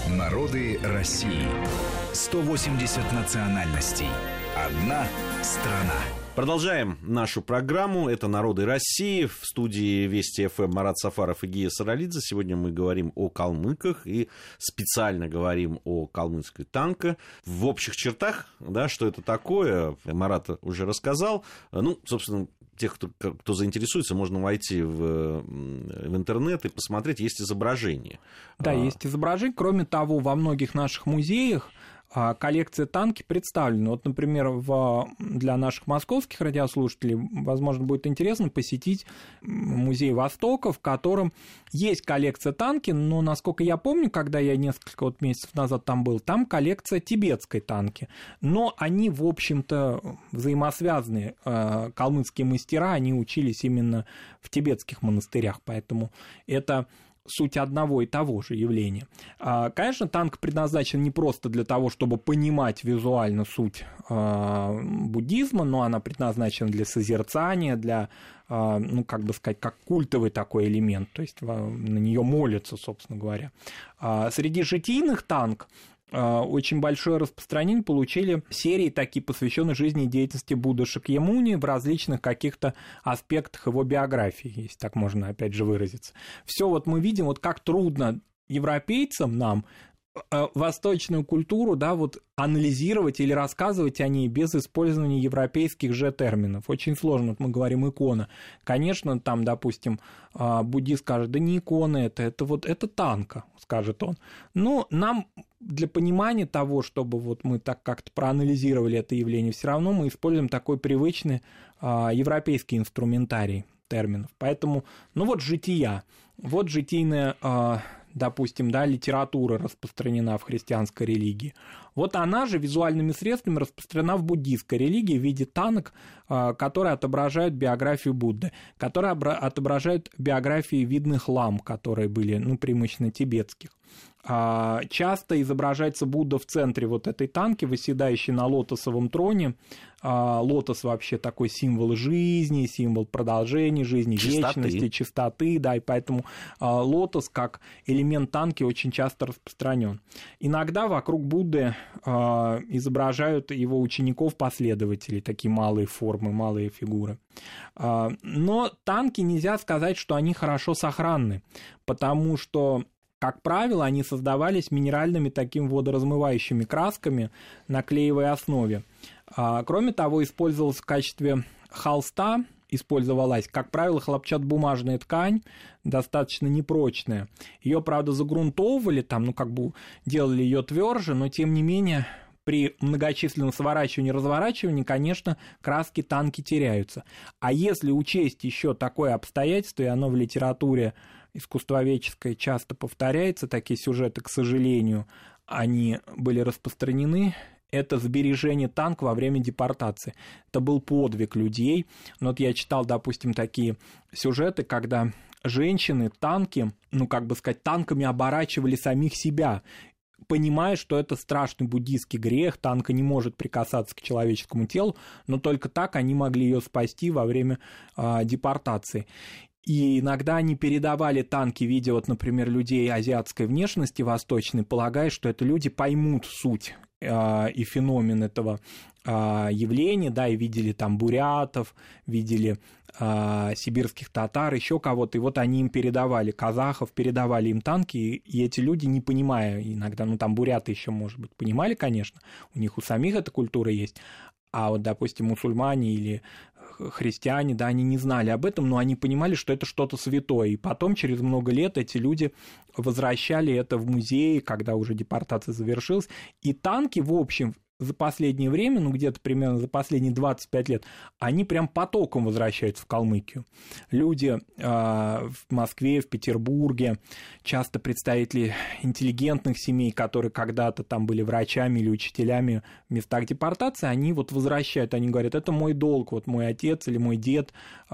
Народы России. 180 национальностей. Одна страна. Продолжаем нашу программу. Это «Народы России». В студии Вести ФМ Марат Сафаров и Гия Саралидзе. Сегодня мы говорим о калмыках и специально говорим о калмыцкой танко. В общих чертах, да, что это такое, Марат уже рассказал. Ну, собственно, тех, кто заинтересуется, можно войти в интернет и посмотреть, есть изображения. Да, есть изображения. Кроме того, во многих наших музеях коллекция танки представлена. Вот, например, для наших московских радиослушателей, возможно, будет интересно посетить музей Востока, в котором есть коллекция танки, но, насколько я помню, когда я несколько месяцев назад там был, там коллекция тибетской танки. Но они, в общем-то, взаимосвязаны. Калмыцкие мастера, они учились именно в тибетских монастырях, поэтому это суть одного и того же явления. Конечно, танк предназначен не просто для того, чтобы понимать визуально суть буддизма, но она предназначена для созерцания, для, ну, как бы сказать, как культовый такой элемент, то есть на нее молятся, собственно говоря. Среди житийных танков очень большое распространение получили серии, такие посвященные жизни и деятельности Будды Шакьямуни в различных каких-то аспектах его биографии, если так можно опять же выразиться. Все вот мы видим, вот как трудно европейцам нам восточную культуру, да, вот анализировать или рассказывать о ней без использования европейских же терминов. Очень сложно. Вот мы говорим икона. Конечно, там, допустим, буддист скажет, да не икона это танка, скажет он. Но нам для понимания того, чтобы вот мы так как-то проанализировали это явление, все равно мы используем такой привычный европейский инструментарий терминов. Поэтому, ну вот жития, вот житийная, допустим, да, литература распространена в христианской религии. Вот она же визуальными средствами распространена в буддийской религии в виде танок, которые отображают биографию Будды, которые отображают биографии видных лам, которые были, ну, преимущественно тибетских. Часто изображается Будда в центре вот этой танки, восседающей на лотосовом троне. Лотос вообще такой символ жизни, символ продолжения жизни, вечности, чистоты, да, и поэтому лотос как элемент танки очень часто распространен. Иногда вокруг Будды изображают его учеников-последователей, такие малые формы, малые фигуры. Но танки нельзя сказать, что они хорошо сохранны, потому что, как правило, они создавались минеральными такими водоразмывающими красками на клеевой основе. Кроме того, использовалась в качестве холста, как правило, хлопчатобумажная ткань, достаточно непрочная. Ее, правда, загрунтовывали, там, ну, как бы делали ее тверже, но тем не менее при многочисленном сворачивании и разворачивании, конечно, краски танки теряются. А если учесть еще такое обстоятельство, и оно в литературе искусствоведческой часто повторяется, такие сюжеты, к сожалению, они были распространены, это сбережение танка во время депортации. Это был подвиг людей. Но вот я читал, допустим, такие сюжеты, когда женщины танки, ну, как бы сказать, танками оборачивали самих себя, понимая, что это страшный буддийский грех, танка не может прикасаться к человеческому телу, но только так они могли ее спасти во время депортации. И иногда они передавали танки, видя, вот, например, людей азиатской внешности, восточной, полагая, что это люди поймут суть и феномен этого явления, да, и видели там бурятов, видели сибирских татар, еще кого-то, и вот они им передавали, казахов, передавали им танки, и эти люди, не понимая иногда, ну, там буряты еще, может быть, понимали, конечно, у них у самих эта культура есть, а вот, допустим, мусульмане или христиане, да, они не знали об этом, но они понимали, что это что-то святое, и потом, через много лет, эти люди возвращали это в музеи, когда уже депортация завершилась, и танки, в общем, за последнее время, ну, где-то примерно за последние 25 лет, они прям потоком возвращаются в Калмыкию. Люди в Москве, в Петербурге, часто представители интеллигентных семей, которые когда-то там были врачами или учителями в местах депортации, они вот возвращают, они говорят, это мой долг, вот мой отец или мой дед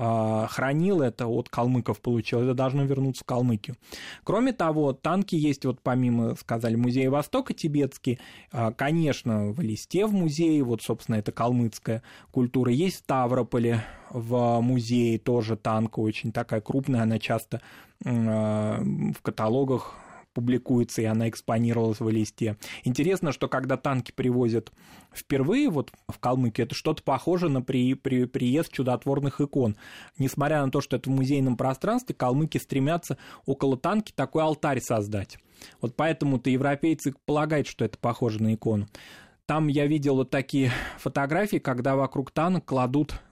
хранил это, от калмыков получил, это должно вернуться в Калмыкию. Кроме того, танки есть, вот помимо, сказали, музея Востока тибетский, конечно, в Листе в музее, вот, собственно, это калмыцкая культура, есть в Ставрополе в музее тоже танка, очень такая крупная, она часто в каталогах публикуется, и она экспонировалась в Элисте. Интересно, что когда танки привозят впервые вот в Калмыкию, это что-то похоже на приезд чудотворных икон. Несмотря на то, что это в музейном пространстве, калмыки стремятся около танки такой алтарь создать. Вот поэтому-то европейцы полагают, что это похоже на икону. Там я видел вот такие фотографии, когда вокруг танок кладут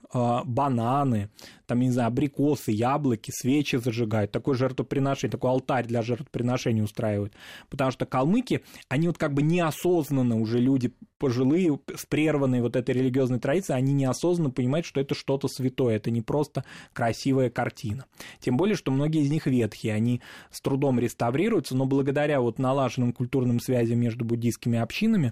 бананы, там, не знаю, абрикосы, яблоки, свечи зажигают, такое жертвоприношение, такой алтарь для жертвоприношения устраивают. Потому что калмыки, они вот как бы неосознанно уже люди пожилые, с прерванной вот этой религиозной традицией, они неосознанно понимают, что это что-то святое, это не просто красивая картина. Тем более, что многие из них ветхие, они с трудом реставрируются, но благодаря вот налаженным культурным связям между буддийскими общинами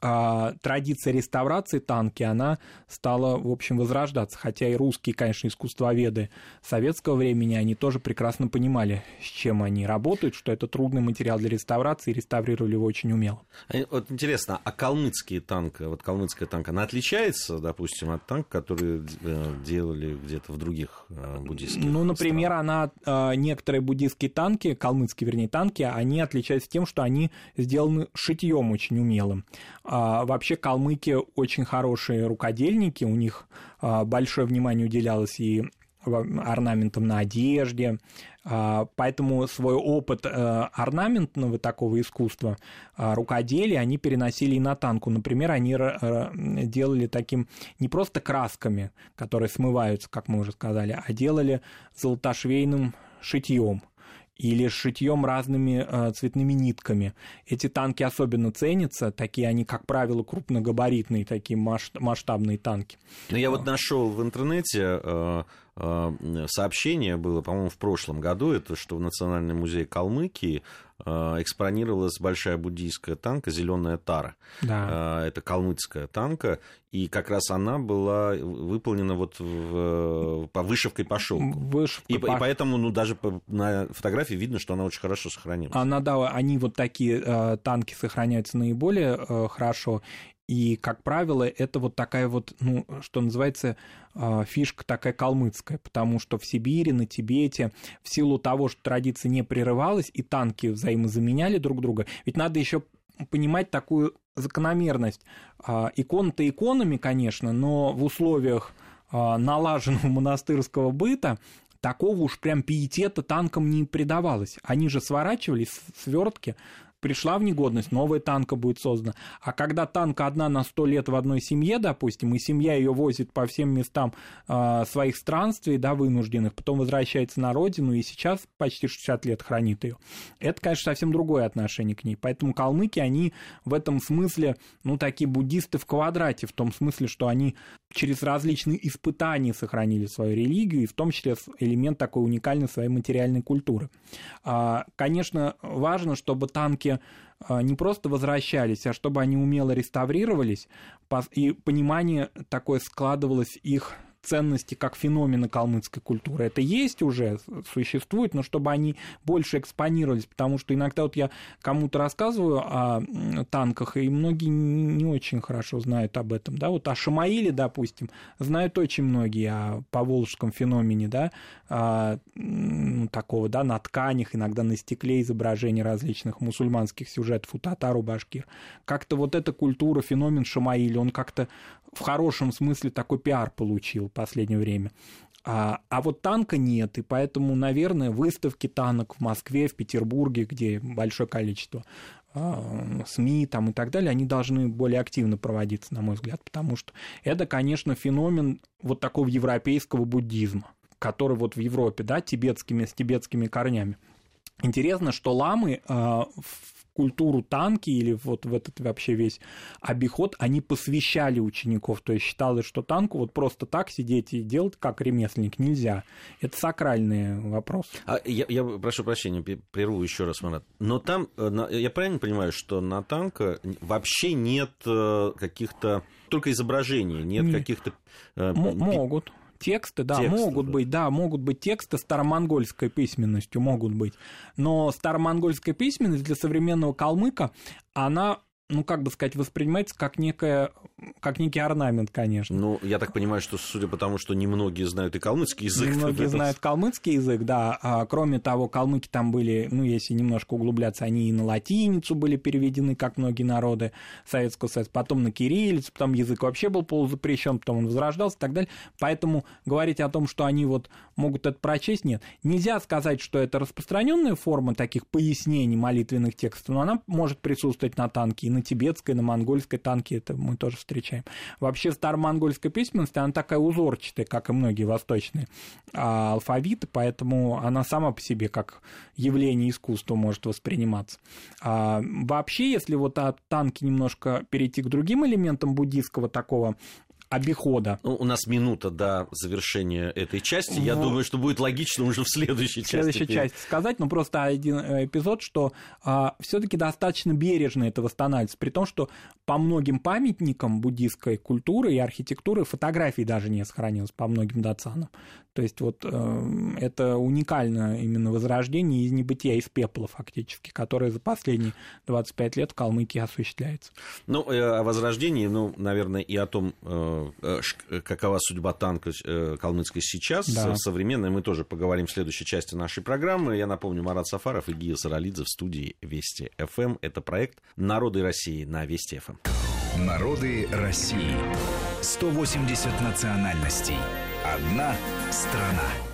традиция реставрации танки, она стала, в общем, возрождаться. Хотя и русские, конечно, искусствоведы советского времени, они тоже прекрасно понимали, с чем они работают, что это трудный материал для реставрации, и реставрировали его очень умело. Вот интересно, а калмыцкие танки, вот калмыцкая танка, она отличается, допустим, от танка, которые делали где-то в других буддийских Ну, например, странах? Некоторые буддийские танки, калмыцкие, вернее, танки, они отличаются тем, что они сделаны шитьем очень умелым. Вообще калмыки очень хорошие рукодельники, у них большое внимание уделялось и орнаментам на одежде, поэтому свой опыт орнаментного такого искусства, рукоделия, они переносили и на танку. Например, они делали таким не просто красками, которые смываются, как мы уже сказали, а делали золотошвейным шитьем или шитьем разными цветными нитками. Эти танки особенно ценятся, такие они, как правило, крупногабаритные, такие масштабные танки. Ну, я вот нашел в интернете сообщение было, по-моему, в прошлом году, это что в Национальном музее Калмыкии экспонировалась большая буддийская танка «Зеленая тара». Да. Это калмыцкая танка, и как раз она была выполнена вот по вышивкой по шелку. И поэтому, ну, даже на фотографии видно, что она очень хорошо сохранилась. Они вот такие танки сохраняются наиболее хорошо. И, как правило, это вот такая вот, ну, что называется, фишка такая калмыцкая, потому что в Сибири, на Тибете, в силу того, что традиция не прерывалась, и танки взаимозаменяли друг друга, ведь надо еще понимать такую закономерность. Иконы-то иконами, конечно, но в условиях налаженного монастырского быта такого уж прям пиетета танкам не придавалось. Они же сворачивались, свертки, пришла в негодность, новая танка будет создана. А когда танка одна на 100 лет в одной семье, допустим, и семья ее возит по всем местам своих странствий, да, вынужденных, потом возвращается на родину и сейчас почти 60 лет хранит ее. Это, конечно, совсем другое отношение к ней. Поэтому калмыки, они в этом смысле, ну, такие буддисты в квадрате, в том смысле, что они через различные испытания сохранили свою религию, и в том числе элемент такой уникальной своей материальной культуры. Конечно, важно, чтобы танки не просто возвращались, а чтобы они умело реставрировались, и понимание такое складывалось их ценности как феномена калмыцкой культуры. Это есть уже, существует, но чтобы они больше экспонировались, потому что иногда вот я кому-то рассказываю о танках, и многие не очень хорошо знают об этом, да, вот о Шамаиле, допустим, знают очень многие о поволжском феномене, да, такого, да, на тканях, иногда на стекле изображений различных мусульманских сюжетов у татар, у башкир. Как-то вот эта культура, феномен Шамаиля, он как-то в хорошем смысле такой пиар получил в последнее время. А вот танка нет, и поэтому, наверное, выставки танок в Москве, в Петербурге, где большое количество СМИ там, и так далее, они должны более активно проводиться, на мой взгляд, потому что это, конечно, феномен вот такого европейского буддизма, который вот в Европе, да, с тибетскими корнями. Интересно, что ламы в культуру танки или вот в этот вообще весь обиход, они посвящали учеников, то есть считалось, что танку вот просто так сидеть и делать как ремесленник нельзя. Это сакральный вопрос. Я прошу прощения, прерву еще раз, Марат. Но там, я правильно понимаю, что на танке вообще нет каких-то, только изображений, нет каких-то... Могут. Тексты, да, могут быть тексты старомонгольской письменностью, могут быть. Но старомонгольская письменность для современного калмыка, она, ну, как бы сказать, воспринимается как некая как некий орнамент, конечно. Ну, я так понимаю, что судя по тому, что немногие знают и калмыцкий язык. Немногие знают калмыцкий язык, да. Кроме того, калмыки там были, ну, если немножко углубляться, они и на латиницу были переведены, как многие народы Советского Союза, потом на кириллицу, потом язык вообще был полузапрещен, потом он возрождался и так далее. Поэтому говорить о том, что они вот могут это прочесть, нет. Нельзя сказать, что это распространенная форма таких пояснений молитвенных текстов, но она может присутствовать на танке, и на тибетской, и на монгольской танке, это мы тоже встречаем. Вообще старомонгольская письменность, она такая узорчатая, как и многие восточные алфавиты, поэтому она сама по себе как явление искусства может восприниматься. Вообще, если вот от танки немножко перейти к другим элементам буддийского такого обихода. Ну, у нас минута до завершения этой части. Я думаю, что будет логично уже в следующей части сказать, но просто один эпизод, что все-таки достаточно бережно это восстанавливается, при том, что по многим памятникам буддийской культуры и архитектуры фотографий даже не сохранилось по многим дацанам. То есть вот это уникально именно возрождение из небытия, из пепла фактически, которое за последние 25 лет в Калмыкии осуществляется. Ну, о возрождении, ну, наверное, и о том, какова судьба танка калмыцкой сейчас, да. Современной, мы тоже поговорим в следующей части нашей программы. Я напомню, Марат Сафаров и Гия Саралидзе в студии Вести ФМ. Это проект «Народы России» на Вести ФМ. Народы России. 180 национальностей. Одна страна.